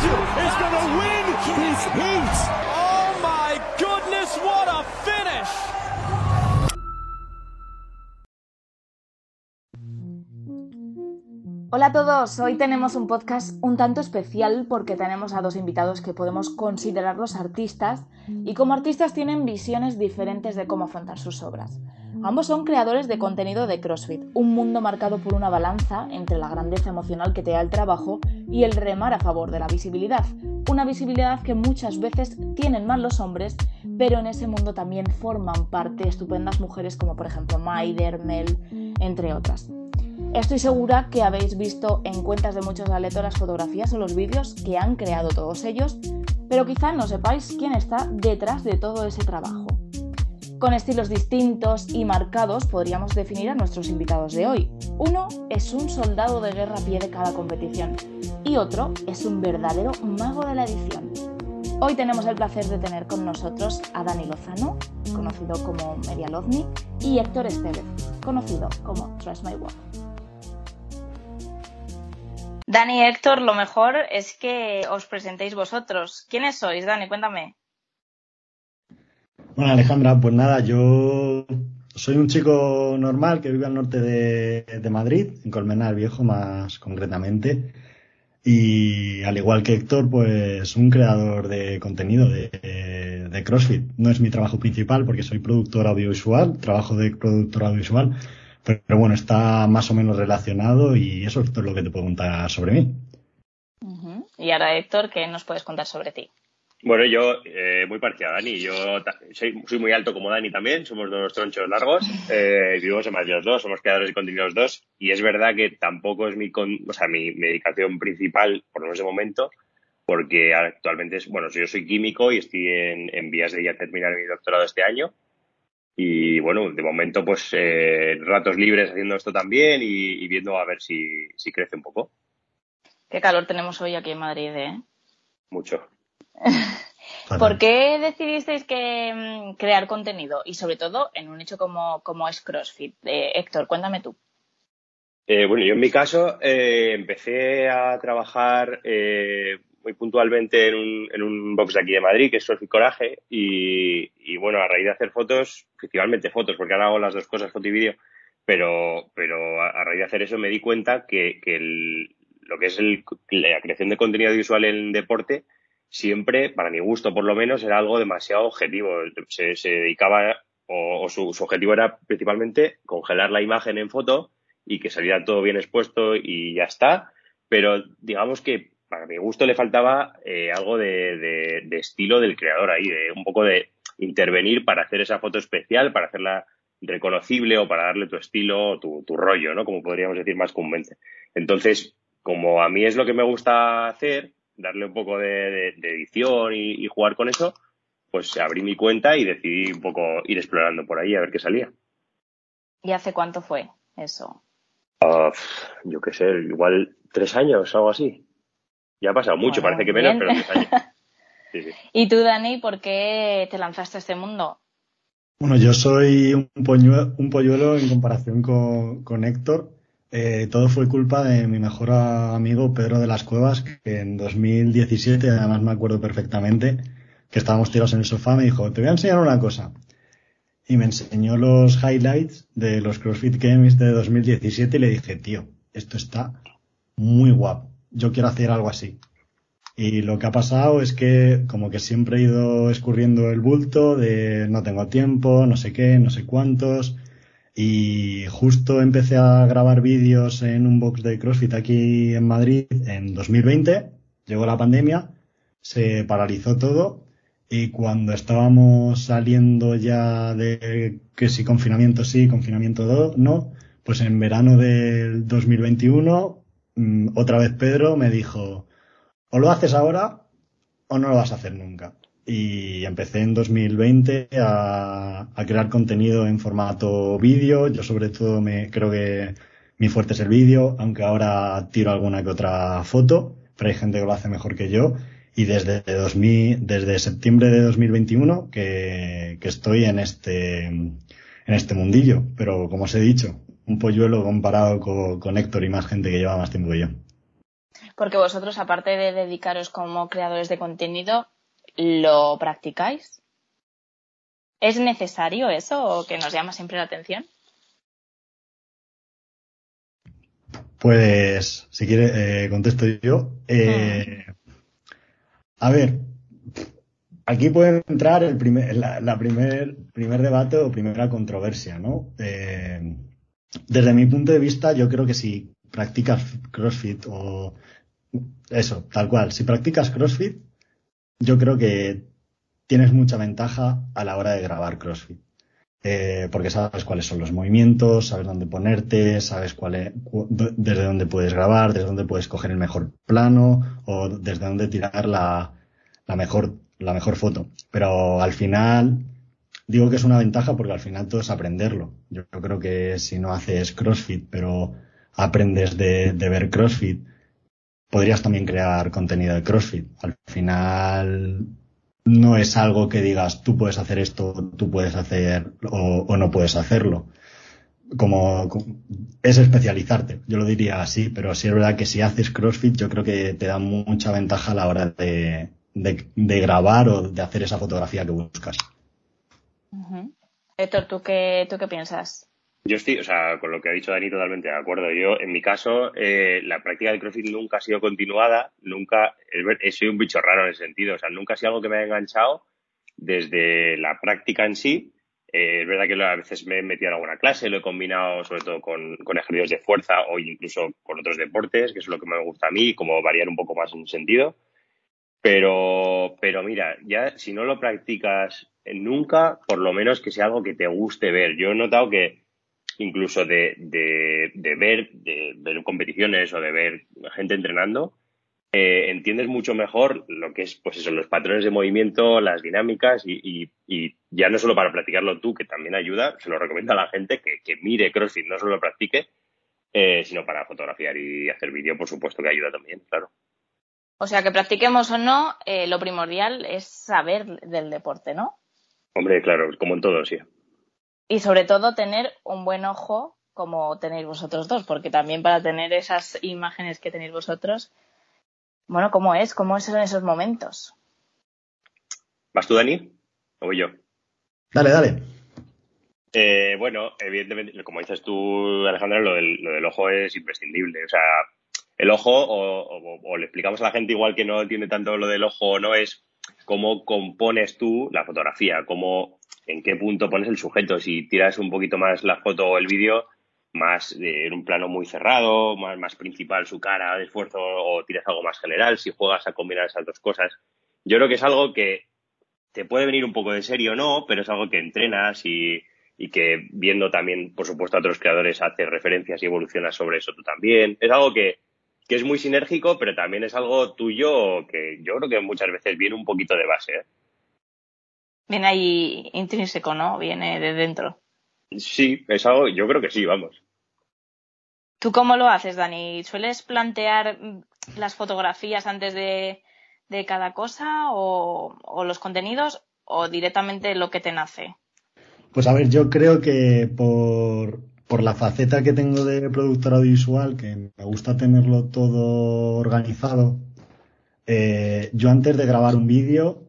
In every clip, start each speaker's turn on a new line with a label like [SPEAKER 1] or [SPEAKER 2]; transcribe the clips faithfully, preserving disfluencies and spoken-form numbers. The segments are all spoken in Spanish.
[SPEAKER 1] Angel is going to win his heat. Oh my goodness, what a finish.
[SPEAKER 2] Hola a todos, hoy tenemos un podcast un tanto especial porque tenemos a dos invitados que podemos considerarlos artistas y como artistas tienen visiones diferentes de cómo afrontar sus obras. Ambos son creadores de contenido de CrossFit, un mundo marcado por una balanza entre la grandeza emocional que te da el trabajo y el remar a favor de la visibilidad. Una visibilidad que muchas veces tienen más los hombres, pero en ese mundo también forman parte estupendas mujeres como por ejemplo Maider, Mel, entre otras. Estoy segura que habéis visto en cuentas de muchos atletas las fotografías o los vídeos que han creado todos ellos, pero quizá no sepáis quién está detrás de todo ese trabajo. Con estilos distintos y marcados podríamos definir a nuestros invitados de hoy. Uno es un soldado de guerra a pie de cada competición y otro es un verdadero mago de la edición. Hoy tenemos el placer de tener con nosotros a Dani Lozano, conocido como Medialozny, y Héctor Estevez, conocido como Trust My Walk. Dani y Héctor, lo mejor es que os presentéis vosotros. ¿Quiénes sois, Dani? Cuéntame.
[SPEAKER 3] Bueno, Alejandra, pues nada, yo soy un chico normal que vive al norte de, de Madrid, en Colmenar Viejo más concretamente, y al igual que Héctor, pues un creador de contenido de, de CrossFit. No es mi trabajo principal porque soy productor audiovisual, trabajo de productor audiovisual, pero, pero bueno, está más o menos relacionado y eso es todo lo que te puedo contar sobre mí.
[SPEAKER 2] Uh-huh. Y ahora, Héctor, ¿qué nos puedes contar sobre ti?
[SPEAKER 4] Bueno, yo, eh, muy parecido a Dani. Yo soy, soy muy alto como Dani también. Somos dos tronchos largos. Eh, vivimos en Madrid los dos. Somos creadores de contenido los dos. Y es verdad que tampoco es mi, con, o sea, mi, mi dedicación principal, por lo menos de momento, porque actualmente es, bueno, yo soy químico y estoy en, en vías de ya terminar mi doctorado este año. Y bueno, de momento, pues, eh, ratos libres haciendo esto también y, y viendo a ver si, si crece un poco.
[SPEAKER 2] Qué calor tenemos hoy aquí en Madrid, ¿eh?
[SPEAKER 4] Mucho.
[SPEAKER 2] ¿Por qué decidisteis que um, crear contenido? Y sobre todo en un nicho como, como es CrossFit. Eh, Héctor, cuéntame tú.
[SPEAKER 4] Eh, bueno, yo en mi caso eh, empecé a trabajar eh, muy puntualmente en un, en un box de aquí de Madrid, que es CrossFit Coraje, y, y bueno, a raíz de hacer fotos, principalmente fotos, porque ahora hago las dos cosas, foto y vídeo, pero, pero a, a raíz de hacer eso me di cuenta que, que el, lo que es el, la creación de contenido audiovisual en deporte siempre, para mi gusto por lo menos, era algo demasiado objetivo. Se, se dedicaba, o, o su, su objetivo era principalmente congelar la imagen en foto y que saliera todo bien expuesto y ya está. Pero digamos que para mi gusto le faltaba eh, algo de, de, de estilo del creador ahí, de un poco de intervenir para hacer esa foto especial, para hacerla reconocible o para darle tu estilo o tu, tu rollo, ¿no? Como podríamos decir más comúnmente. Entonces, como a mí es lo que me gusta hacer, darle un poco de, de, de edición y, y jugar con eso, pues abrí mi cuenta y decidí un poco ir explorando por ahí a ver qué salía.
[SPEAKER 2] ¿Y hace cuánto fue eso?
[SPEAKER 4] Uh, yo qué sé, igual tres años, algo así. Ya ha pasado mucho,
[SPEAKER 2] bueno,
[SPEAKER 4] parece que
[SPEAKER 2] bien.
[SPEAKER 4] menos, pero tres años. Sí, sí.
[SPEAKER 2] ¿Y tú, Dani, por qué te lanzaste a este mundo?
[SPEAKER 3] Bueno, yo soy un, poñuelo, un polluelo en comparación con, con Héctor. Eh, todo fue culpa de mi mejor amigo Pedro de las Cuevas, que en dos mil diecisiete, además me acuerdo perfectamente, que estábamos tirados en el sofá, me dijo, te voy a enseñar una cosa. Y me enseñó los highlights de los CrossFit Games de dos mil diecisiete y le dije, tío, esto está muy guapo, yo quiero hacer algo así. Y lo que ha pasado es que como que siempre he ido escurriendo el bulto de no tengo tiempo, no sé qué, no sé cuántos... Y justo empecé a grabar vídeos en un box de CrossFit aquí en Madrid en dos mil veinte, llegó la pandemia, se paralizó todo y cuando estábamos saliendo ya de que si confinamiento sí, confinamiento no, pues en verano del dos mil veintiuno otra vez Pedro me dijo, o lo haces ahora o no lo vas a hacer nunca. Y empecé en dos mil veinte a, a crear contenido en formato vídeo. Yo sobre todo me creo que mi fuerte es el vídeo, aunque ahora tiro alguna que otra foto, pero hay gente que lo hace mejor que yo. Y desde dos mil, desde septiembre de dos mil veintiuno que, que estoy en este, en este mundillo. Pero como os he dicho, un polluelo comparado con, con Héctor y más gente que lleva más tiempo que yo.
[SPEAKER 2] Porque vosotros, aparte de dedicaros como creadores de contenido, ¿lo practicáis? ¿Es necesario eso o que nos llama siempre la atención?
[SPEAKER 3] Pues, si quiere, eh, contesto yo. Eh, mm. A ver, aquí puede entrar el primer, la, la primer, primer debate o primera controversia, ¿no? Eh, desde mi punto de vista, yo creo que si practicas CrossFit o eso, tal cual, si practicas CrossFit, yo creo que tienes mucha ventaja a la hora de grabar CrossFit. Eh, porque sabes cuáles son los movimientos, sabes dónde ponerte, sabes cuál es, cu- desde dónde puedes grabar, desde dónde puedes coger el mejor plano o desde dónde tirar la, la mejor, la mejor foto. Pero al final, digo que es una ventaja porque al final todo es aprenderlo. Yo, yo creo que si no haces CrossFit, pero aprendes de, de ver CrossFit, podrías también crear contenido de CrossFit. Al final, no es algo que digas tú puedes hacer esto, tú puedes hacer o, o no puedes hacerlo. Como, como es especializarte, yo lo diría así, pero sí es verdad que si haces CrossFit yo creo que te da mucha ventaja a la hora de, de, de grabar o de hacer esa fotografía que buscas.
[SPEAKER 2] Uh-huh. Héctor, ¿tú qué, ¿tú qué piensas?
[SPEAKER 4] Yo estoy, o sea, con lo que ha dicho Dani totalmente de acuerdo. Yo, en mi caso, eh, la práctica del CrossFit nunca ha sido continuada, nunca, he sido un bicho raro en ese sentido, o sea, nunca ha sido algo que me haya enganchado desde la práctica en sí. Eh, es verdad que a veces me he metido en alguna clase, lo he combinado sobre todo con, con ejercicios de fuerza o incluso con otros deportes, que es lo que me gusta a mí, como variar un poco más en ese sentido. Pero, pero mira, ya si no lo practicas nunca, por lo menos que sea algo que te guste ver. Yo he notado que incluso de, de, de ver de ver competiciones o de ver gente entrenando, eh, entiendes mucho mejor lo que es, pues eso, los patrones de movimiento, las dinámicas y, y, y ya no solo para practicarlo tú, que también ayuda, se lo recomiendo a la gente que, que mire CrossFit, no solo lo practique, eh, sino para fotografiar y hacer vídeo, por supuesto que ayuda también, claro.
[SPEAKER 2] O sea, que practiquemos o no, eh, lo primordial es saber del deporte, ¿no?
[SPEAKER 4] Hombre, claro, como en todo, sí.
[SPEAKER 2] Y sobre todo tener un buen ojo como tenéis vosotros dos, porque también para tener esas imágenes que tenéis vosotros, bueno, ¿cómo es? ¿Cómo son esos momentos?
[SPEAKER 4] ¿Vas tú, Dani? ¿O voy yo?
[SPEAKER 3] Dale, dale.
[SPEAKER 4] Eh, bueno, evidentemente, como dices tú, Alejandra, lo del, lo del ojo es imprescindible. O sea, el ojo, o, o, o le explicamos a la gente igual que no entiende tanto lo del ojo, no es cómo compones tú la fotografía, cómo, en qué punto pones el sujeto. Si tiras un poquito más la foto o el vídeo, más eh, en un plano muy cerrado, más, más principal su cara de esfuerzo, o tiras algo más general, si juegas a combinar esas dos cosas. Yo creo que es algo que te puede venir un poco de serio o no, pero es algo que entrenas y, y que viendo también, por supuesto, a otros creadores haces referencias y evolucionas sobre eso tú también. Es algo que, que es muy sinérgico, pero también es algo tuyo que yo creo que muchas veces viene un poquito de base, ¿eh?
[SPEAKER 2] Viene ahí intrínseco, ¿no? Viene de dentro.
[SPEAKER 4] Sí, es algo, yo creo que sí, vamos.
[SPEAKER 2] ¿Tú cómo lo haces, Dani? ¿Sueles plantear las fotografías antes de, de cada cosa o, o los contenidos o directamente lo que te nace?
[SPEAKER 3] Pues a ver, yo creo que por, por la faceta que tengo de productor audiovisual, que me gusta tenerlo todo organizado, eh, yo antes de grabar un vídeo,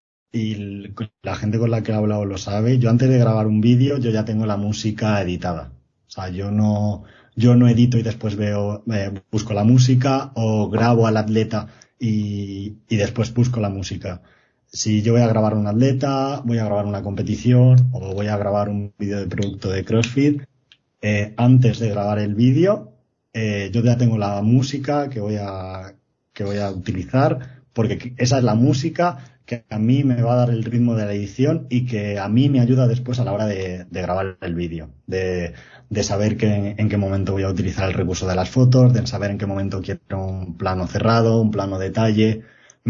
[SPEAKER 3] y la gente con la que he hablado lo sabe, yo antes de grabar un vídeo yo ya tengo la música editada. O sea, yo no, yo no edito y después veo, eh, busco la música o grabo al atleta y, y después busco la música. Si yo voy a grabar un atleta, voy a grabar una competición o voy a grabar un vídeo de producto de CrossFit, eh, antes de grabar el vídeo, eh, yo ya tengo la música que voy a, que voy a utilizar, porque esa es la música que a mí me va a dar el ritmo de la edición y que a mí me ayuda después a la hora de, de grabar el vídeo, de, de saber que, en qué momento voy a utilizar el recurso de las fotos, de saber en qué momento quiero un plano cerrado, un plano detalle.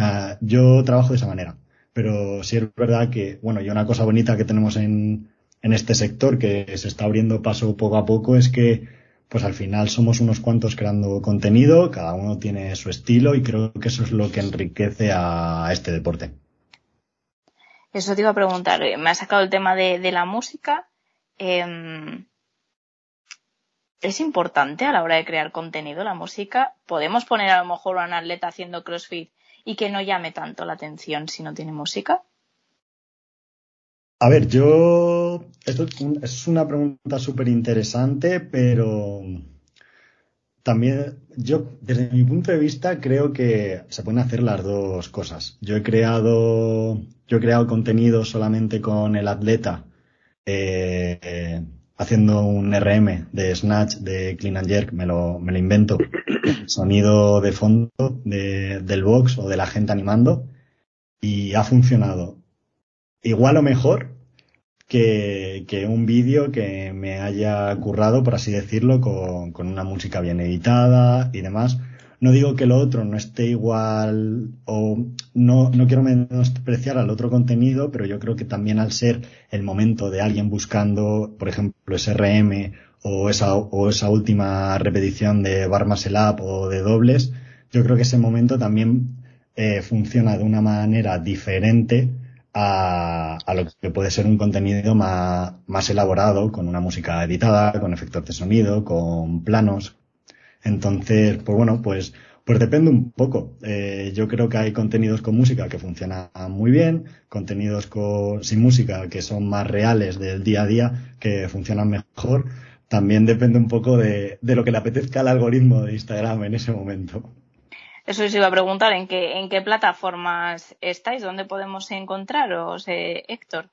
[SPEAKER 3] Yo trabajo de esa manera, pero sí es verdad que, bueno, y una cosa bonita que tenemos en, en este sector que se está abriendo paso poco a poco es que pues al final somos unos cuantos creando contenido, cada uno tiene su estilo y creo que eso es lo que enriquece a este deporte.
[SPEAKER 2] Eso te iba a preguntar, me ha sacado el tema de, de la música. Eh, ¿Es importante a la hora de crear contenido la música? ¿Podemos poner a lo mejor a un atleta haciendo CrossFit y que no llame tanto la atención si no tiene música?
[SPEAKER 3] A ver, yo... Esto es una pregunta súper interesante, pero también yo, desde mi punto de vista, creo que se pueden hacer las dos cosas. Yo he creado, yo he creado contenido solamente con el atleta, eh, eh, haciendo un R M de Snatch, de Clean and Jerk, me lo, me lo invento, sonido de fondo de, del box o de la gente animando, y ha funcionado igual o mejor que, que un vídeo que me haya currado, por así decirlo, con, con una música bien editada y demás. No digo que lo otro no esté igual, o no, no quiero menospreciar al otro contenido, pero yo creo que también al ser el momento de alguien buscando, por ejemplo, ese R M o esa, o esa última repetición de bar muscle up o de dobles, yo creo que ese momento también eh, funciona de una manera diferente a, a lo que puede ser un contenido más, más elaborado, con una música editada, con efectos de sonido, con planos. Entonces, pues bueno, pues, pues depende un poco. Eh, yo creo que hay contenidos con música que funcionan muy bien, contenidos con, sin música que son más reales del día a día, que funcionan mejor. También depende un poco de, de lo que le apetezca al algoritmo de Instagram en ese momento.
[SPEAKER 2] Eso os iba a preguntar, ¿en qué, en qué plataformas estáis? ¿Dónde podemos encontraros, eh, Héctor?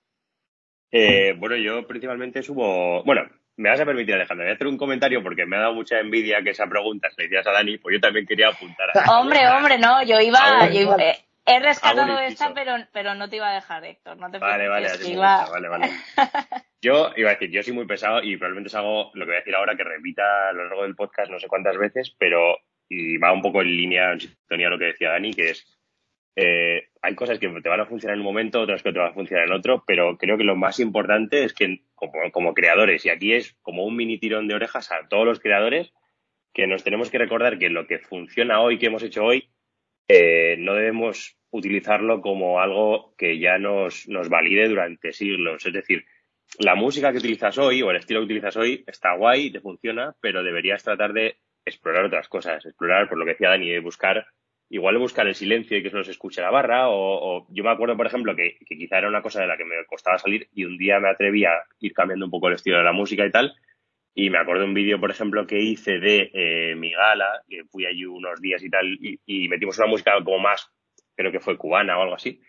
[SPEAKER 4] Eh, bueno, yo principalmente subo... Bueno, me vas a permitir, Alejandra, voy a hacer un comentario porque me ha dado mucha envidia que esa pregunta se la hicieras a Dani, pues yo también quería apuntar a...
[SPEAKER 2] Hombre, hombre, no, yo iba...
[SPEAKER 4] Ah,
[SPEAKER 2] yo iba eh, he rescatado
[SPEAKER 4] ah,
[SPEAKER 2] esta, pero, pero no te iba a dejar, Héctor, no te
[SPEAKER 4] Vale, vale,
[SPEAKER 2] preocupes,
[SPEAKER 4] así
[SPEAKER 2] iba...
[SPEAKER 4] gusta, vale, vale. Yo iba a decir, yo soy muy pesado y probablemente es algo, lo que voy a decir ahora, que repita a lo largo del podcast no sé cuántas veces, pero... Y va un poco en línea, en sintonía a lo que decía Dani, que es, eh, hay cosas que te van a funcionar en un momento, otras que te van a funcionar en otro, pero creo que lo más importante es que como, como creadores, y aquí es como un mini tirón de orejas a todos los creadores, que nos tenemos que recordar que lo que funciona hoy, que hemos hecho hoy, eh, no debemos utilizarlo como algo que ya nos, nos valide durante siglos. Es decir, la música que utilizas hoy o el estilo que utilizas hoy está guay y te funciona, pero deberías tratar de explorar otras cosas, explorar, por lo que decía Dani, de buscar, igual de buscar el silencio y que solo se escuche la barra, o, o yo me acuerdo, por ejemplo, que, que quizá era una cosa de la que me costaba salir y un día me atreví a ir cambiando un poco el estilo de la música y tal, y me acuerdo de un vídeo, por ejemplo, que hice de eh, mi gala, que fui allí unos días y tal, y, y metimos una música como más, creo que fue cubana o algo así,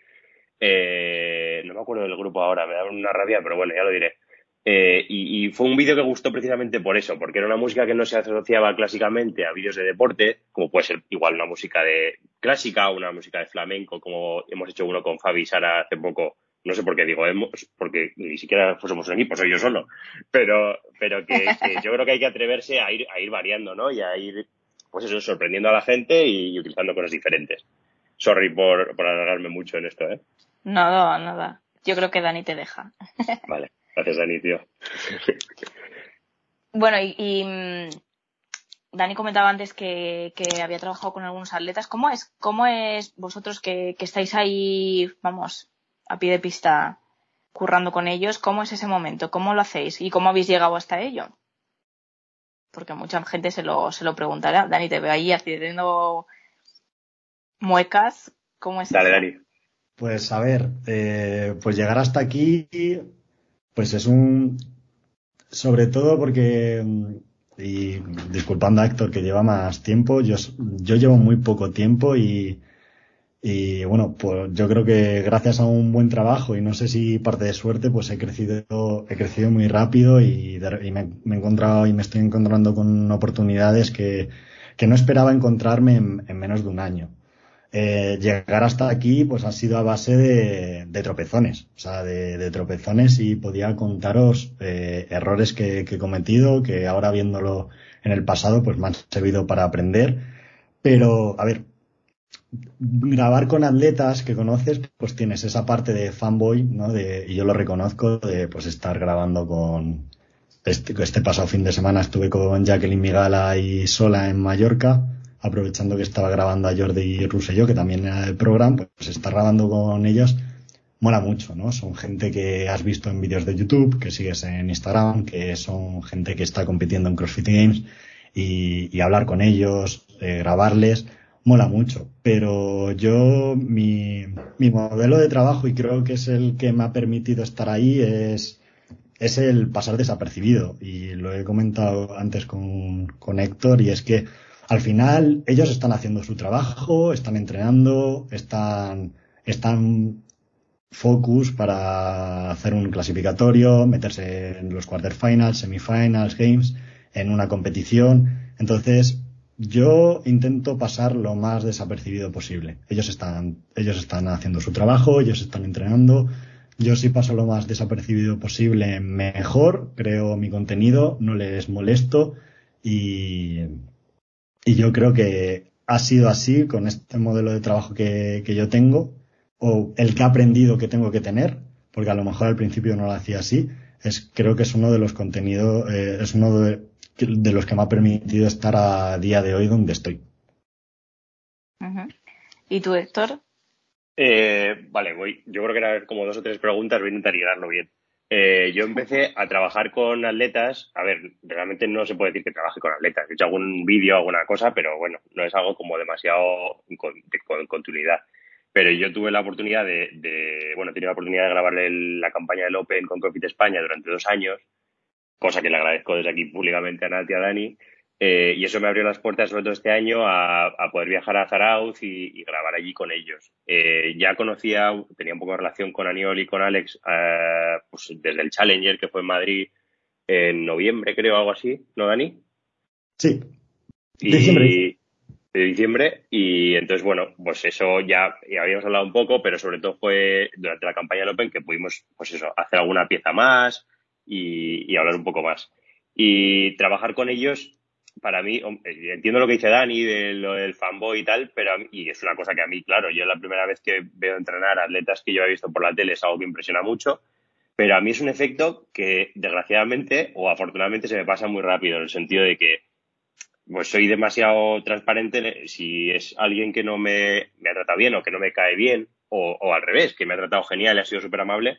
[SPEAKER 4] eh, no me acuerdo del grupo ahora, me da una rabia, pero bueno, ya lo diré. Eh, y, y fue un vídeo que gustó precisamente por eso, porque era una música que no se asociaba clásicamente a vídeos de deporte, como puede ser igual una música de clásica o una música de flamenco, como hemos hecho uno con Fabi y Sara hace poco. No sé por qué digo hemos, porque ni siquiera somos un equipo, soy yo solo. Pero, pero que, que yo creo que hay que atreverse a ir, a ir variando, ¿no? Y a ir, pues eso, sorprendiendo a la gente y, y utilizando cosas diferentes. Sorry por, por alargarme mucho en esto, ¿eh?
[SPEAKER 2] Nada, nada. Yo creo que Dani te deja.
[SPEAKER 4] Vale. Gracias, Dani, tío.
[SPEAKER 2] Bueno, y, y Dani comentaba antes que, que había trabajado con algunos atletas. ¿Cómo es, cómo es vosotros que, que estáis ahí, vamos, a pie de pista currando con ellos? ¿Cómo es ese momento? ¿Cómo lo hacéis? ¿Y cómo habéis llegado hasta ello? Porque mucha gente se lo, se lo preguntará. Dani, te veo ahí haciendo muecas. ¿Cómo es
[SPEAKER 4] Dale,
[SPEAKER 2] eso?
[SPEAKER 4] Dani.
[SPEAKER 3] Pues a ver, eh, pues llegar hasta aquí... Pues es un... Sobre todo porque... Y disculpando a Héctor que lleva más tiempo, yo, yo llevo muy poco tiempo y, y bueno, pues yo creo que gracias a un buen trabajo y no sé si parte de suerte, pues he crecido, he crecido muy rápido y, de, y me, me he encontrado y me estoy encontrando con oportunidades que, que no esperaba encontrarme en, en menos de un año. Eh, llegar hasta aquí pues ha sido a base de, de tropezones, o sea, de, de tropezones, y podía contaros eh, errores que, que he cometido, que ahora viéndolo en el pasado pues me han servido para aprender. Pero, a ver, grabar con atletas que conoces, pues tienes esa parte de fanboy, ¿no? De, y yo lo reconozco, de pues estar grabando con... Este, este pasado fin de semana estuve con Jacqueline Migala y Sola en Mallorca, aprovechando que estaba grabando a Jordi Rosselló, que también era del programa, pues está grabando con ellos mola mucho, ¿no? Son gente que has visto en vídeos de YouTube, que sigues en Instagram, que son gente que está compitiendo en CrossFit Games y, y hablar con ellos, eh, grabarles, mola mucho. Pero yo, mi, mi modelo de trabajo, y creo que es el que me ha permitido estar ahí, es, es el pasar desapercibido. Y lo he comentado antes con, con Héctor, y es que al final ellos están haciendo su trabajo, están entrenando, están, están focus para hacer un clasificatorio, meterse en los quarterfinals, semifinals, games, en una competición. Entonces, yo intento pasar lo más desapercibido posible. Ellos están, ellos están haciendo su trabajo, ellos están entrenando. Yo sí paso lo más desapercibido posible, mejor, creo mi contenido, no les molesto y, y yo creo que ha sido así con este modelo de trabajo que, que yo tengo, o el que he aprendido que tengo que tener, porque a lo mejor al principio no lo hacía así. Es, creo que es uno de los contenidos, eh, es uno de, de los que me ha permitido estar a día de hoy donde estoy.
[SPEAKER 2] Uh-huh. ¿Y tú, Héctor?
[SPEAKER 4] Eh, vale, voy. Yo creo que eran como dos o tres preguntas, voy a intentar hilarlo bien. Eh, yo empecé a trabajar con atletas. A ver, realmente no se puede decir que trabaje con atletas. He hecho algún vídeo, alguna cosa, pero bueno, no es algo como demasiado con, de, con continuidad. Pero yo tuve la oportunidad de, de bueno, he tenido la oportunidad de grabarle el, la campaña del Open con CrossFit España durante dos años, cosa que le agradezco desde aquí públicamente a Nati y a Dani, eh, y eso me abrió las puertas, sobre todo este año, a, a poder viajar a Zarauz y, y grabar allí con ellos. Eh, ya conocía, tenía un poco de relación con Aniol y con Alex, eh, pues desde el Challenger, que fue en Madrid en noviembre, creo, algo así, ¿no, Dani?
[SPEAKER 3] Sí,
[SPEAKER 4] y,
[SPEAKER 3] diciembre.
[SPEAKER 4] de diciembre, y entonces, bueno, pues eso ya, ya habíamos hablado un poco, pero sobre todo fue durante la campaña del Open que pudimos, pues eso, hacer alguna pieza más y, y hablar un poco más. Y trabajar con ellos, para mí, entiendo lo que dice Dani de lo del fanboy y tal, pero a mí, y es una cosa que a mí, claro, yo la primera vez que veo entrenar a atletas que yo he visto por la tele es algo que impresiona mucho, pero a mí es un efecto que desgraciadamente o afortunadamente se me pasa muy rápido, en el sentido de que pues soy demasiado transparente. Si es alguien que no me, me ha tratado bien o que no me cae bien, o, o al revés, que me ha tratado genial y ha sido súper amable,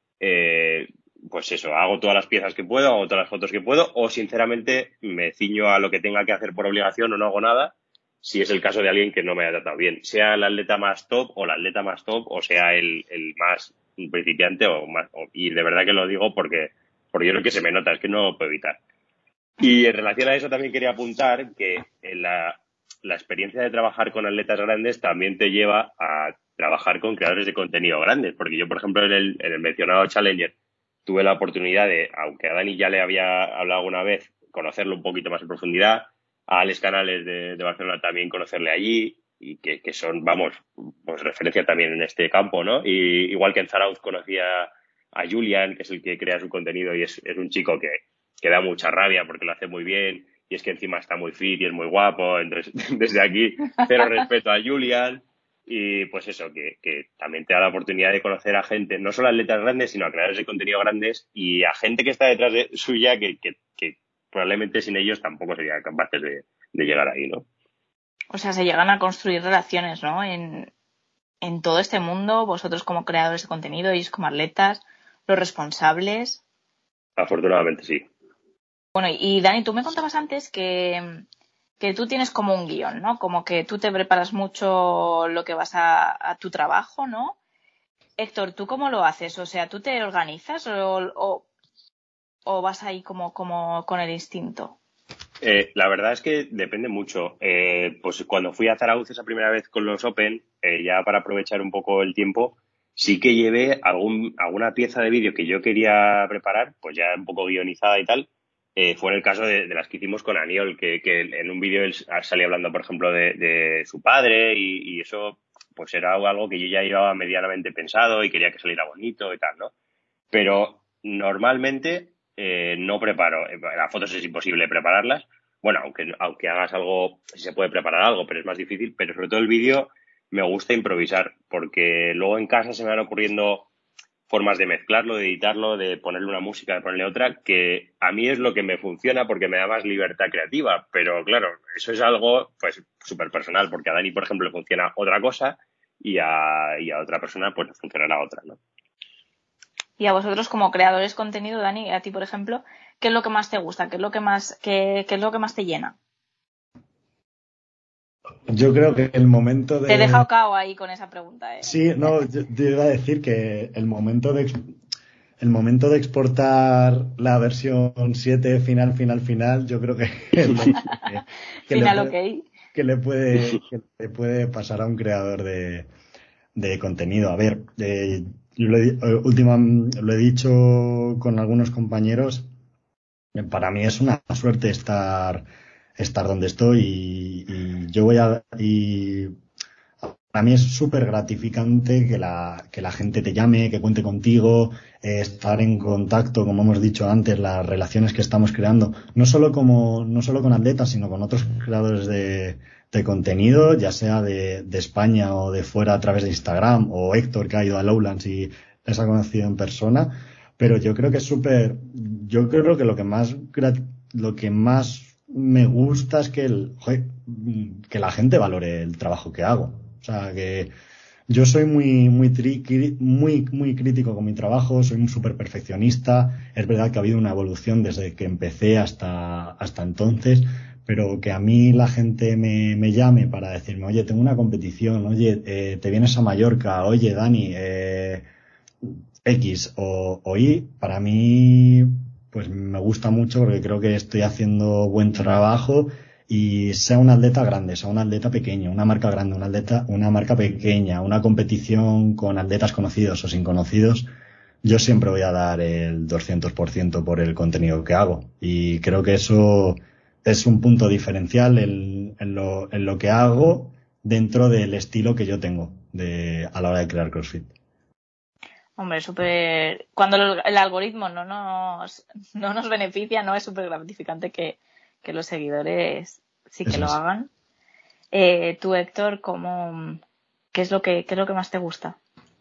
[SPEAKER 4] eh, pues eso, hago todas las piezas que puedo, hago todas las fotos que puedo, o sinceramente me ciño a lo que tenga que hacer por obligación o no hago nada, si es el caso de alguien que no me ha tratado bien, sea el atleta más top o la atleta más top, o sea el, el más principiante o más, o, y de verdad que lo digo porque, porque yo creo que se me nota, es que no lo puedo evitar. Y en relación a eso también quería apuntar que la, la experiencia de trabajar con atletas grandes también te lleva a trabajar con creadores de contenido grandes, porque yo, por ejemplo, en el, en el mencionado Challenger tuve la oportunidad de, aunque a Dani ya le había hablado alguna vez, conocerlo un poquito más en profundidad, a Alex Canales de, de Barcelona también conocerle allí, y que, que son, vamos, pues referencia también en este campo, ¿no? Y igual que en Zarauz conocía a Julian, que es el que crea su contenido y es, es un chico que que da mucha rabia porque lo hace muy bien y es que encima está muy fit y es muy guapo. Entonces, desde aquí, cero respeto a Julian y pues eso, que, que también te da la oportunidad de conocer a gente, no solo a atletas grandes, sino a creadores de contenido grandes y a gente que está detrás de suya que, que, que probablemente sin ellos tampoco serían capaces de, de llegar ahí, ¿no?
[SPEAKER 2] O sea, se llegan a construir relaciones, ¿no? En, en todo este mundo, vosotros como creadores de contenido, ellos como atletas, los responsables.
[SPEAKER 4] Afortunadamente sí.
[SPEAKER 2] Bueno, y Dani, tú me contabas antes que, que tú tienes como un guión, ¿no? Como que tú te preparas mucho lo que vas a, a tu trabajo, ¿no? Héctor, ¿tú cómo lo haces? O sea, ¿tú te organizas o, o, o vas ahí como, como con el instinto?
[SPEAKER 4] Eh, la verdad es que depende mucho. Eh, pues cuando fui a Zarauz esa primera vez con los Open, eh, ya para aprovechar un poco el tiempo, sí que llevé algún, alguna pieza de vídeo que yo quería preparar, pues ya un poco guionizada y tal. Eh, fue en el caso de, de las que hicimos con Aniol, que, que en un vídeo él salía hablando, por ejemplo, de, de su padre y, y eso pues era algo que yo ya llevaba medianamente pensado y quería que saliera bonito y tal, ¿no? Pero normalmente eh, no preparo. Las fotos es imposible prepararlas. Bueno, aunque, aunque hagas algo, sí se puede preparar algo, pero es más difícil. Pero sobre todo el vídeo me gusta improvisar, porque luego en casa se me van ocurriendo formas de mezclarlo, de editarlo, de ponerle una música, de ponerle otra, que a mí es lo que me funciona porque me da más libertad creativa. Pero claro, eso es algo pues súper personal, porque a Dani, por ejemplo, le funciona otra cosa y a, y a otra persona pues le funcionará otra, ¿no?
[SPEAKER 2] Y a vosotros como creadores de contenido, Dani, a ti por ejemplo, ¿qué es lo que más te gusta? ¿Qué es lo que más, qué, qué es lo que más te llena?
[SPEAKER 3] Yo creo que el momento de...
[SPEAKER 2] Te he dejado cao ahí con esa pregunta, ¿eh?
[SPEAKER 3] Sí, no, yo, yo iba a decir que el momento de el momento de exportar la versión siete final, final, final, yo creo que es lo que, que
[SPEAKER 2] final,
[SPEAKER 3] le puede,
[SPEAKER 2] ok.
[SPEAKER 3] que le puede que le puede pasar a un creador de, de contenido. A ver, eh, yo lo he, última, lo he dicho con algunos compañeros, para mí es una suerte estar estar donde estoy y, y yo voy a y para mí es súper gratificante que la que la gente te llame, que cuente contigo, eh, estar en contacto, como hemos dicho antes, las relaciones que estamos creando, no solo como no solo con atletas, sino con otros creadores de, de contenido, ya sea de, de España o de fuera a través de Instagram, o Héctor, que ha ido a Lowlands y les ha conocido en persona. Pero yo creo que es súper, yo creo que lo que más lo que más me gusta es que el, joder, que la gente valore el trabajo que hago. O sea, que yo soy muy muy tri, muy muy crítico con mi trabajo, soy un súper perfeccionista. Es verdad que ha habido una evolución desde que empecé hasta hasta entonces, pero que a mí la gente me, me llame para decirme, oye, tengo una competición, oye, eh, te vienes a Mallorca, oye, Dani, eh, X o, o Y, para mí pues me gusta mucho porque creo que estoy haciendo buen trabajo. Y sea un atleta grande, sea un atleta pequeño, una marca grande, una atleta, una marca pequeña, una competición con atletas conocidos o sin conocidos, yo siempre voy a dar el doscientos por ciento por el contenido que hago. Y creo que eso es un punto diferencial en, en, lo, en lo que hago dentro del estilo que yo tengo de, a la hora de crear CrossFit.
[SPEAKER 2] Hombre, súper... Cuando el algoritmo no nos, no nos beneficia, no es súper gratificante que que los seguidores sí que
[SPEAKER 3] Eso
[SPEAKER 2] lo
[SPEAKER 3] es.
[SPEAKER 2] hagan. Eh, tú, Héctor, ¿cómo, qué es lo que, qué es lo que más te gusta?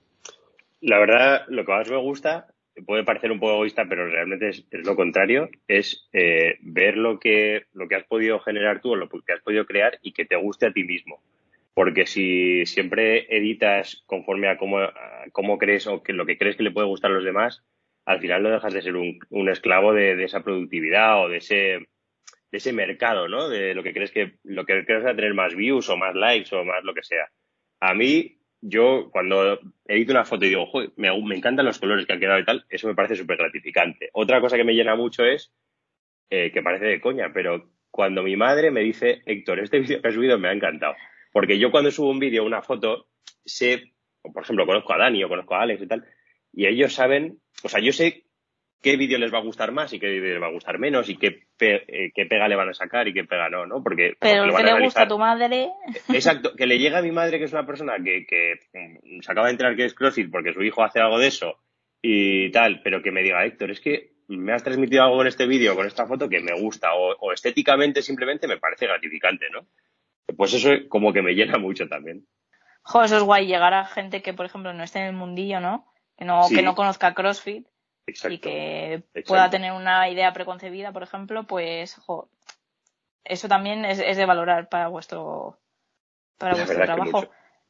[SPEAKER 4] La verdad, lo que más me gusta, puede parecer un poco egoísta, pero realmente es, es lo contrario, es eh, ver lo que, lo que has podido generar tú o lo que has podido crear y que te guste a ti mismo. Porque si siempre editas conforme a cómo, a cómo crees o que lo que crees que le puede gustar a los demás, al final no dejas de ser un, un esclavo de, de esa productividad o de ese, de ese mercado, ¿no? De lo que crees que, lo que crees va a tener más views o más likes o más lo que sea. A mí, yo cuando edito una foto y digo, joder, me, me encantan los colores que han quedado y tal, eso me parece súper gratificante. Otra cosa que me llena mucho es, eh, que parece de coña, pero cuando mi madre me dice, Héctor, este vídeo que has subido me ha encantado. Porque yo cuando subo un vídeo o una foto, sé, o por ejemplo, conozco a Dani o conozco a Alex y tal, y ellos saben, o sea, yo sé qué vídeo les va a gustar más y qué vídeo les va a gustar menos y qué, pe eh, qué pega le van a sacar y qué pega no, ¿no? Porque,
[SPEAKER 2] pero
[SPEAKER 4] porque
[SPEAKER 2] que le gusta a tu madre.
[SPEAKER 4] Exacto, que le llega a mi madre, que es una persona que, que se acaba de enterar que es CrossFit porque su hijo hace algo de eso y tal, pero que me diga, Héctor, es que me has transmitido algo en este vídeo, con esta foto que me gusta o, o estéticamente simplemente me parece gratificante, ¿no? Pues eso como que me llena mucho también.
[SPEAKER 2] Jo, eso es guay, llegar a gente que, por ejemplo, no esté en el mundillo, ¿no? Que no, sí. que no conozca CrossFit. Exacto. Y que Exacto. pueda tener una idea preconcebida, por ejemplo, pues, jo, eso también es, es de valorar para vuestro, para
[SPEAKER 4] La
[SPEAKER 2] vuestro trabajo.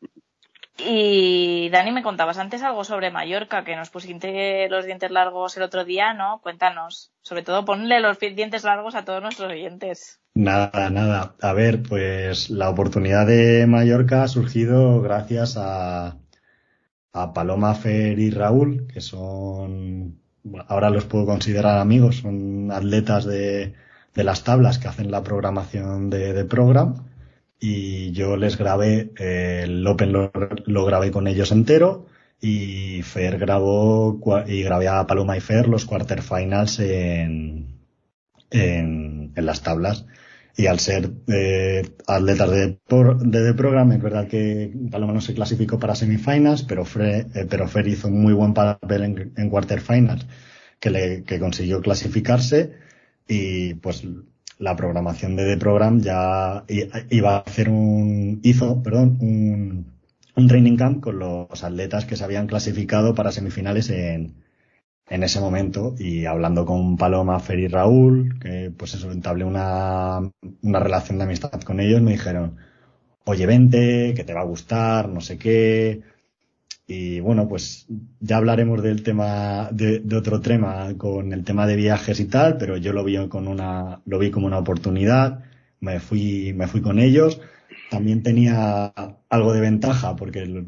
[SPEAKER 2] Y Dani, me contabas antes algo sobre Mallorca, que nos pusiste los dientes largos el otro día, ¿no? Cuéntanos. Sobre todo, ponle los dientes largos a todos nuestros oyentes.
[SPEAKER 3] Nada, nada. A ver, pues la oportunidad de Mallorca ha surgido gracias a, a Paloma, Fer y Raúl, que son, ahora los puedo considerar amigos, son atletas de, de las tablas que hacen la programación de, de Program. Y yo les grabé, eh, el Open lo, lo grabé con ellos entero y Fer grabó, y grabé a Paloma y Fer los quarterfinals en, en, en las tablas. Y al ser eh, atletas de, de The Program, es verdad que Paloma no se clasificó para semifinals, pero, Fer, eh, pero Fer hizo un muy buen papel en, en quarterfinals, que, le, que consiguió clasificarse y pues la programación de The Program ya iba a hacer un, hizo, perdón, un, un training camp con los atletas que se habían clasificado para semifinales en, en ese momento, y hablando con Paloma, Fer y Raúl, que pues eso, entablé una, una relación de amistad con ellos, me dijeron, oye, vente, que te va a gustar, no sé qué. Y bueno, pues ya hablaremos del tema, de, de otro tema con el tema de viajes y tal, pero yo lo vi con una, lo vi como una oportunidad, me fui, me fui con ellos. También tenía algo de ventaja porque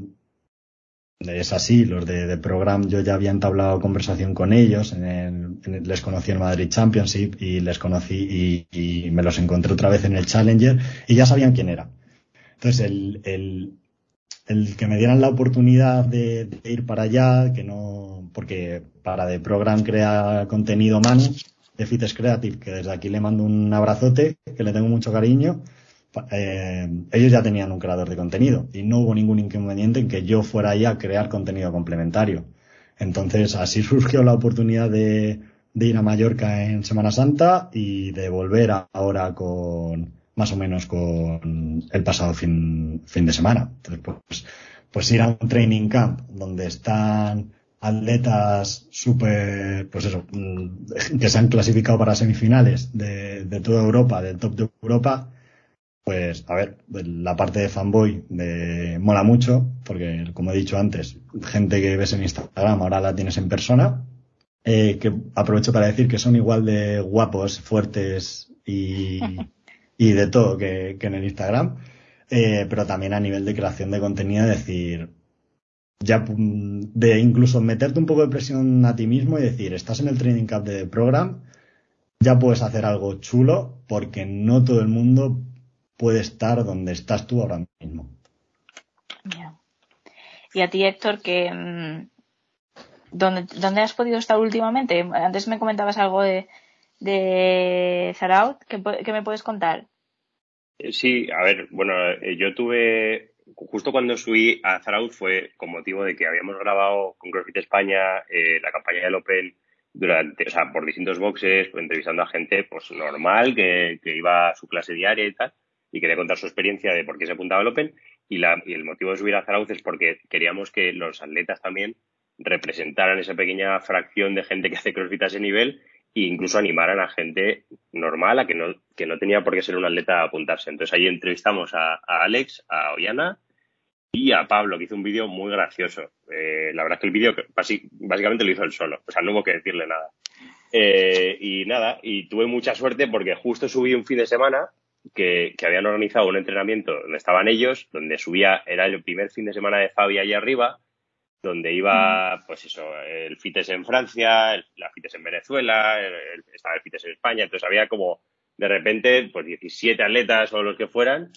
[SPEAKER 3] es así, los de, de Program yo ya había entablado conversación con ellos, en el, en el, les conocí en Madrid Championship y les conocí y, y me los encontré otra vez en el Challenger y ya sabían quién era. Entonces el, el el que me dieran la oportunidad de, de ir para allá, que no, porque para The Program crea contenido Manu, de Fites Creative, que desde aquí le mando un abrazote, que le tengo mucho cariño, eh, ellos ya tenían un creador de contenido y no hubo ningún inconveniente en que yo fuera allá a crear contenido complementario. Entonces así surgió la oportunidad de, de ir a Mallorca en Semana Santa y de volver a, ahora con más o menos con el pasado fin, fin de semana. Entonces, pues, pues ir a un training camp donde están atletas súper, pues eso, que se han clasificado para semifinales de, de toda Europa, del top de Europa, pues, a ver, la parte de fanboy de, mola mucho, porque, como he dicho antes, gente que ves en Instagram ahora la tienes en persona, eh, que aprovecho para decir que son igual de guapos, fuertes y y de todo que, que en el Instagram, eh, pero también a nivel de creación de contenido, es decir, ya de incluso meterte un poco de presión a ti mismo y decir, estás en el training camp de Program, ya puedes hacer algo chulo porque no todo el mundo puede estar donde estás tú ahora mismo.
[SPEAKER 2] Yeah. Y a ti, Héctor, que ¿dónde, ¿dónde has podido estar últimamente? Antes me comentabas algo de de Zaraut, ¿qué, ¿qué me puedes contar?
[SPEAKER 4] Sí, a ver, bueno, yo tuve, justo cuando subí a Zaraut fue con motivo de que habíamos grabado con CrossFit España eh, la campaña del Open durante, o sea, por distintos boxes, pues, entrevistando a gente pues normal, que, que iba a su clase diaria y tal, y quería contar su experiencia de por qué se apuntaba al Open, y, la, y el motivo de subir a Zaraut es porque queríamos que los atletas también representaran esa pequeña fracción de gente que hace CrossFit a ese nivel e incluso animaran a gente normal a que no, que no tenía por qué ser un atleta a apuntarse. Entonces ahí entrevistamos a, a Alex, a Ollana y a Pablo, que hizo un vídeo muy gracioso. Eh, la verdad es que el vídeo básicamente lo hizo él solo, o sea, no hubo que decirle nada. Eh, y nada, y tuve mucha suerte porque justo subí un fin de semana que, que habían organizado un entrenamiento donde estaban ellos, donde subía, era el primer fin de semana de Fabi allá arriba, donde iba, pues eso, el FITES en Francia, el, la FITES en Venezuela, el, el, estaba el FITES en España, entonces había como, de repente, pues diecisiete atletas o los que fueran,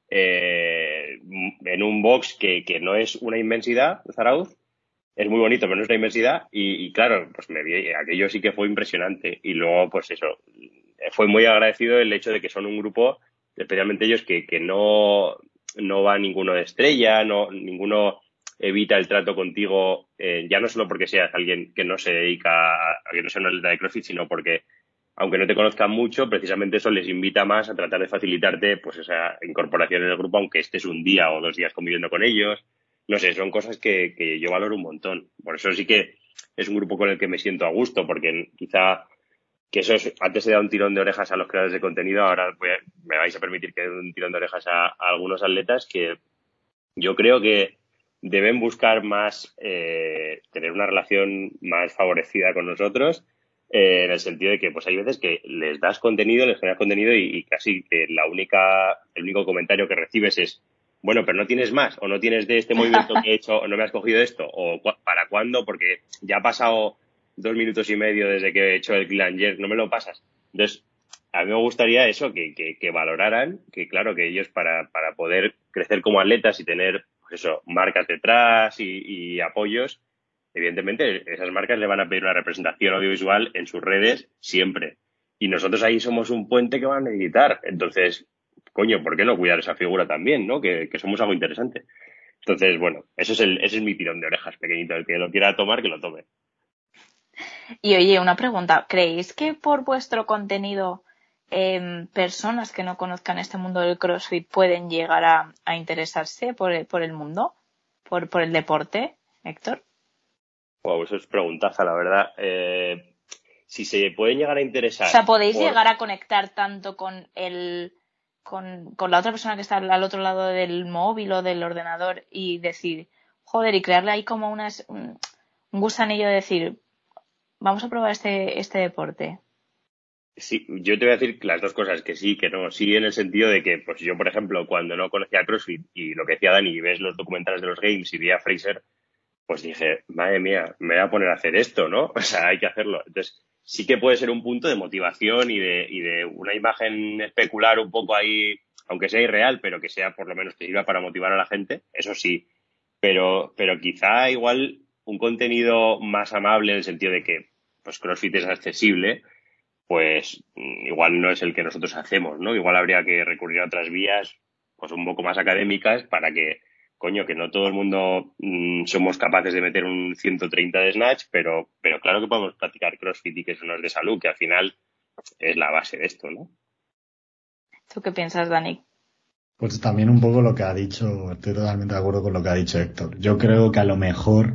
[SPEAKER 4] eh, en un box que, que no es una inmensidad, Zarauz, es muy bonito, pero no es una inmensidad, y, y claro, pues me vi, aquello sí que fue impresionante, y luego, pues eso, fue muy agradecido el hecho de que son un grupo, especialmente ellos, que, que no, no va ninguno de estrella, no, ninguno evita el trato contigo, eh, ya no solo porque seas alguien que no se dedica a, a que no sea una atleta de CrossFit, sino porque, aunque no te conozcan mucho, precisamente eso les invita más a tratar de facilitarte pues esa incorporación en el grupo, aunque estés un día o dos días conviviendo con ellos. No sé, son cosas que, que yo valoro un montón. Por eso sí que es un grupo con el que me siento a gusto, porque quizá que eso es, antes se da un tirón de orejas a los creadores de contenido, ahora voy a, me vais a permitir que dé un tirón de orejas a, a algunos atletas que yo creo que deben buscar más, eh, tener una relación más favorecida con nosotros, eh, en el sentido de que pues hay veces que les das contenido, les generas contenido y, y casi que la única, el único comentario que recibes es, bueno, pero no tienes más, o no tienes de este movimiento que he hecho, o no me has cogido esto, o ¿para cuándo? Porque ya ha pasado dos minutos y medio desde que he hecho el clean and jerk, no me lo pasas. Entonces, a mí me gustaría eso, que, que, que valoraran, que claro, que ellos para, para poder crecer como atletas y tener eso, marcas detrás y, y apoyos, evidentemente esas marcas le van a pedir una representación audiovisual en sus redes siempre. Y nosotros ahí somos un puente que van a necesitar. Entonces, coño, ¿por qué no cuidar esa figura también, no? Que, que somos algo interesante. Entonces, bueno, eso es el, ese es mi tirón de orejas pequeñito. El que lo quiera tomar, que lo tome.
[SPEAKER 2] Y oye, una pregunta. ¿Creéis que por vuestro contenido Eh, personas que no conozcan este mundo del CrossFit pueden llegar a, a interesarse por el, por el mundo, por, por el deporte, Héctor?
[SPEAKER 4] Wow, eso es preguntaza, la verdad. Eh, si se pueden llegar a interesar.
[SPEAKER 2] O sea, ¿podéis
[SPEAKER 4] por...
[SPEAKER 2] llegar a conectar tanto con el con, con la otra persona que está al otro lado del móvil o del ordenador y decir, joder, y crearle ahí como unas, un, un gusanillo de decir, vamos a probar este, este deporte.
[SPEAKER 4] Sí, yo te voy a decir las dos cosas, que sí, que no. Sí, en el sentido de que, pues yo, por ejemplo, cuando no conocía CrossFit y lo que decía Dani, y ves los documentales de los Games y vi a Fraser, pues dije, madre mía, me voy a poner a hacer esto, ¿no? O sea, hay que hacerlo. Entonces, sí que puede ser un punto de motivación y de, y de una imagen especular un poco ahí, aunque sea irreal, pero que sea por lo menos que sirva para motivar a la gente, eso sí. Pero, pero quizá igual un contenido más amable en el sentido de que, pues CrossFit es accesible, pues igual no es el que nosotros hacemos, ¿no? Igual habría que recurrir a otras vías, pues un poco más académicas para que, coño, que no todo el mundo mmm, somos capaces de meter un ciento treinta de snatch, pero, pero claro que podemos practicar CrossFit y que eso no es de salud, que al final es la base de esto, ¿no?
[SPEAKER 2] ¿Tú qué piensas, Dani?
[SPEAKER 3] Pues también un poco lo que ha dicho, estoy totalmente de acuerdo con lo que ha dicho Héctor. Yo creo que a lo mejor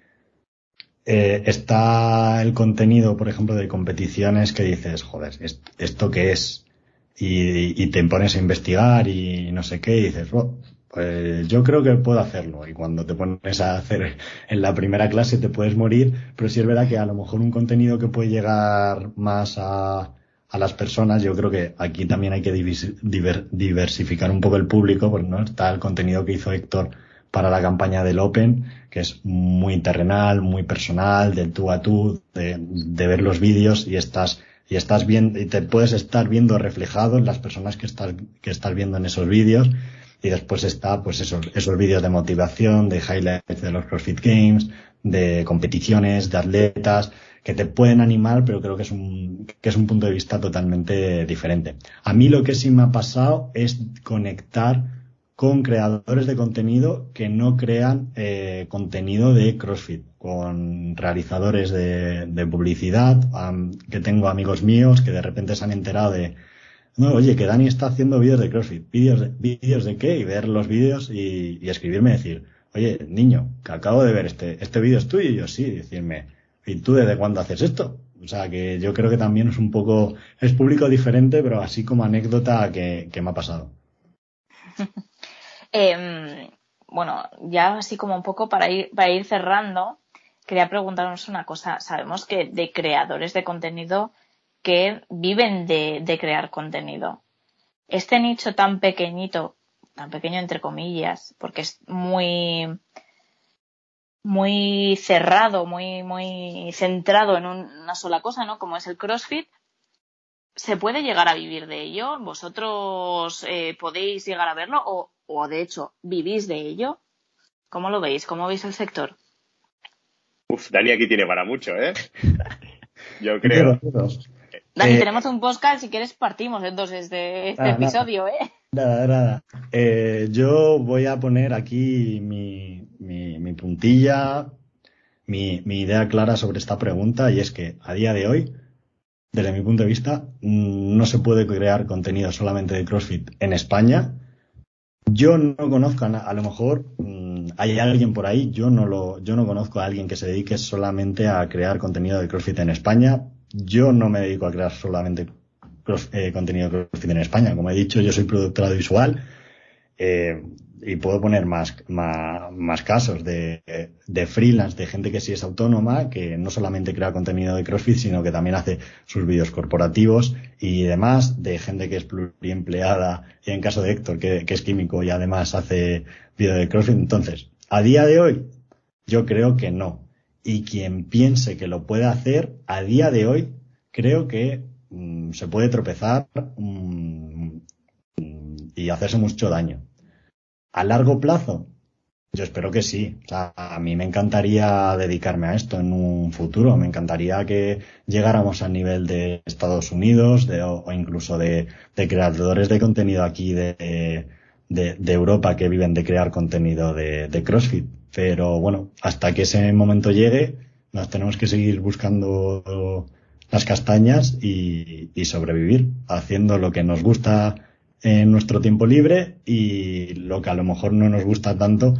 [SPEAKER 3] eh, está el contenido, por ejemplo, de competiciones que dices, joder, ¿esto qué es? Y, y te pones a investigar y no sé qué, y dices, oh, pues yo creo que puedo hacerlo. Y cuando te pones a hacer en la primera clase te puedes morir, pero sí es verdad que a lo mejor un contenido que puede llegar más a, a las personas, yo creo que aquí también hay que diver, diversificar un poco el público, porque no está el contenido que hizo Héctor para la campaña del Open, que es muy terrenal, muy personal, de tú a tú, de, de ver los vídeos y estás y estás viendo y te puedes estar viendo reflejado en las personas que estás que estás viendo en esos vídeos. Y después está, pues esos, esos vídeos de motivación, de highlights de los CrossFit Games, de competiciones, de atletas, que te pueden animar, pero creo que es un, que es un punto de vista totalmente diferente. A mí lo que sí me ha pasado es conectar con creadores de contenido que no crean eh, contenido de CrossFit, con realizadores de, de publicidad, um, que tengo amigos míos que de repente se han enterado de no, oye, que Dani está haciendo vídeos de CrossFit. ¿Vídeos de, vídeos de qué? Y ver los vídeos y, y escribirme y decir, oye, niño, que acabo de ver este, este vídeo es tuyo. Y yo sí, decirme, ¿y tú desde cuándo haces esto? O sea, que yo creo que también es un poco, es público diferente, pero así como anécdota que, que me ha pasado.
[SPEAKER 2] eh, bueno, ya así como un poco para ir, para ir cerrando, quería preguntarnos una cosa. Sabemos que de creadores de contenido que viven de, de crear contenido. Este nicho tan pequeñito, tan pequeño entre comillas, porque es muy, muy cerrado, muy, muy centrado en un, una sola cosa, ¿no? Como es el CrossFit, ¿se puede llegar a vivir de ello? ¿Vosotros eh, podéis llegar a verlo? O, o, de hecho, ¿vivís de ello? ¿Cómo lo veis? ¿Cómo veis el sector?
[SPEAKER 4] Uf, Dani aquí tiene para mucho, ¿eh? Yo creo.
[SPEAKER 2] Dani,
[SPEAKER 3] eh,
[SPEAKER 2] tenemos un podcast, si quieres partimos entonces de este
[SPEAKER 3] nada,
[SPEAKER 2] episodio,
[SPEAKER 3] nada,
[SPEAKER 2] ¿eh?
[SPEAKER 3] Nada, nada. Eh, yo voy a poner aquí mi, mi, mi puntilla, mi, mi idea clara sobre esta pregunta, y es que a día de hoy, desde mi punto de vista, no se puede crear contenido solamente de CrossFit en España. Yo no conozco, a, a lo mejor hay alguien por ahí, yo no lo, yo no conozco a alguien que se dedique solamente a crear contenido de CrossFit en España. Yo no me dedico a crear solamente cross, eh, contenido de CrossFit en España. Como he dicho, yo soy productor audiovisual eh, y puedo poner más, más, más casos de, de freelance, de gente que sí es autónoma, que no solamente crea contenido de CrossFit, sino que también hace sus vídeos corporativos y demás, de gente que es pluriempleada, y en caso de Héctor, que, que es químico y además hace vídeo de CrossFit. Entonces, a día de hoy, yo creo que no. Y quien piense que lo puede hacer, a día de hoy, creo que mmm, se puede tropezar mmm, y hacerse mucho daño. A largo plazo, yo espero que sí. O sea, a mí me encantaría dedicarme a esto en un futuro. Me encantaría que llegáramos al nivel de Estados Unidos de, o, o incluso de, de creadores de contenido aquí de, de, de Europa que viven de crear contenido de, de CrossFit. Pero bueno, hasta que ese momento llegue, nos tenemos que seguir buscando las castañas y, y sobrevivir, haciendo lo que nos gusta en nuestro tiempo libre y lo que a lo mejor no nos gusta tanto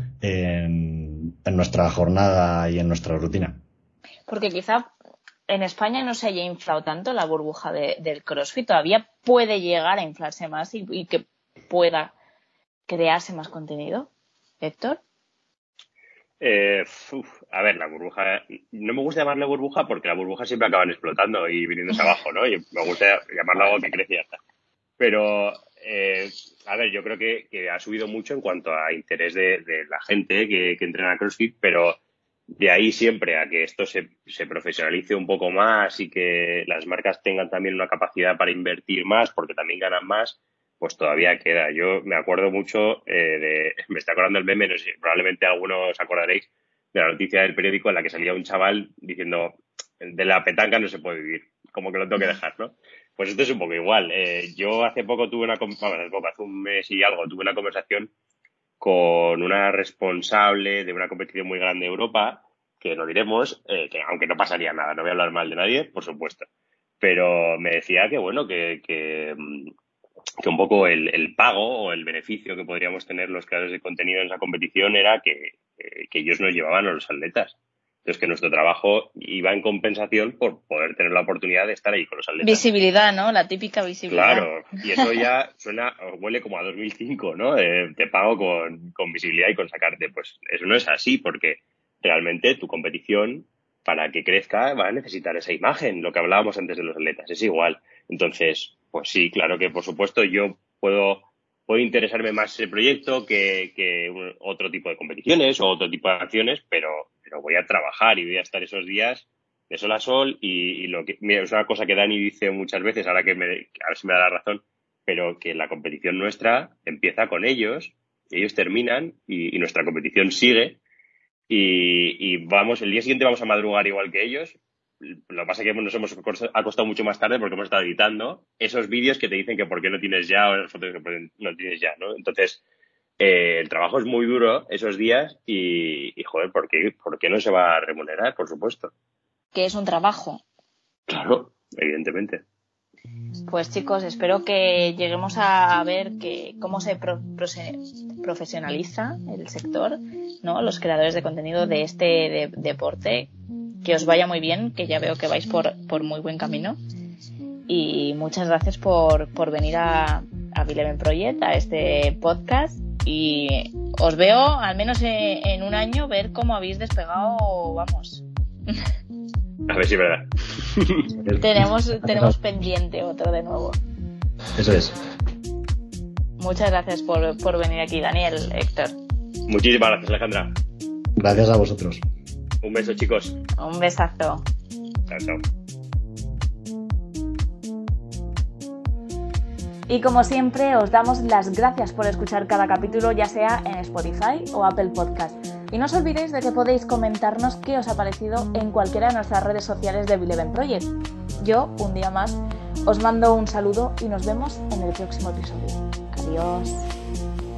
[SPEAKER 3] en, en nuestra jornada y en nuestra rutina.
[SPEAKER 2] Porque quizá en España no se haya inflado tanto la burbuja de, del CrossFit, todavía puede llegar a inflarse más y, y que pueda crearse más contenido. ¿Héctor?
[SPEAKER 4] Eh, uf, a ver, la burbuja, no me gusta llamarle burbuja porque las burbujas siempre acaban explotando y viniéndose abajo, ¿no? Y me gusta llamarlo algo que crece y ya está. Pero, eh, a ver, yo creo que, que ha subido mucho en cuanto a interés de, de la gente que, que entrena CrossFit, pero de ahí siempre a que esto se, se profesionalice un poco más y que las marcas tengan también una capacidad para invertir más porque también ganan más, pues todavía queda. Yo me acuerdo mucho eh, de... Me está acordando el meme, no sé, probablemente algunos os acordaréis de la noticia del periódico en la que salía un chaval diciendo de la petanca no se puede vivir, como que lo tengo que dejar, ¿no? Pues esto es un poco igual. Eh, yo hace poco tuve una... Bueno, hace poco, hace un mes y algo, tuve una conversación con una responsable de una competición muy grande de Europa, que no diremos, eh, que aunque no pasaría nada, no voy a hablar mal de nadie, por supuesto. Pero me decía que, bueno, que... que que un poco el, el pago o el beneficio que podríamos tener los creadores de contenido en esa competición era que, eh, que ellos nos llevaban a los atletas. Entonces, que nuestro trabajo iba en compensación por poder tener la oportunidad de estar ahí con los atletas.
[SPEAKER 2] Visibilidad, ¿no? La típica visibilidad.
[SPEAKER 4] Claro, y eso ya suena, huele como a dos mil cinco, ¿no? Eh, te pago con, con visibilidad y con sacarte. Pues eso no es así, porque realmente tu competición, para que crezca, va a necesitar esa imagen, lo que hablábamos antes de los atletas, es igual. Entonces, pues sí, claro que por supuesto yo puedo, puedo interesarme más en el proyecto que, que un, otro tipo de competiciones o otro tipo de acciones, pero, pero voy a trabajar y voy a estar esos días de sol a sol y, y lo que, mira, es una cosa que Dani dice muchas veces, ahora que me, a ver si me da la razón, pero que la competición nuestra empieza con ellos, ellos terminan y, y nuestra competición sigue y, y vamos, el día siguiente vamos a madrugar igual que ellos. Lo que pasa es que nos hemos acostado mucho más tarde porque hemos estado editando esos vídeos que te dicen que por qué no tienes ya o las fotos que no tienes ya, ¿no? Entonces, eh, el trabajo es muy duro esos días y, y joder, ¿por qué, ¿por qué no se va a remunerar? Por supuesto.
[SPEAKER 2] Que es un trabajo.
[SPEAKER 4] Claro, evidentemente.
[SPEAKER 2] Pues chicos, espero que lleguemos a ver que cómo se pro, pro, profesionaliza el sector, ¿no? Los creadores de contenido de este de, deporte. Que os vaya muy bien, que ya veo que vais por, por muy buen camino. Y muchas gracias por, por venir a, a Bileven Project, a este podcast. Y os veo, al menos en, en un año, ver cómo habéis despegado, vamos.
[SPEAKER 4] A ver si es verdad.
[SPEAKER 2] tenemos, tenemos pendiente otro de nuevo.
[SPEAKER 3] Eso es.
[SPEAKER 2] Muchas gracias por, por venir aquí, Daniel, Héctor.
[SPEAKER 4] Muchísimas gracias, Alejandra.
[SPEAKER 3] Gracias a vosotros.
[SPEAKER 4] Un beso, chicos.
[SPEAKER 2] Un besazo.
[SPEAKER 4] Chao, chao.
[SPEAKER 2] Y como siempre, os damos las gracias por escuchar cada capítulo, ya sea en Spotify o Apple Podcast. Y no os olvidéis de que podéis comentarnos qué os ha parecido en cualquiera de nuestras redes sociales de Bileven Project. Yo, un día más, os mando un saludo y nos vemos en el próximo episodio. Adiós.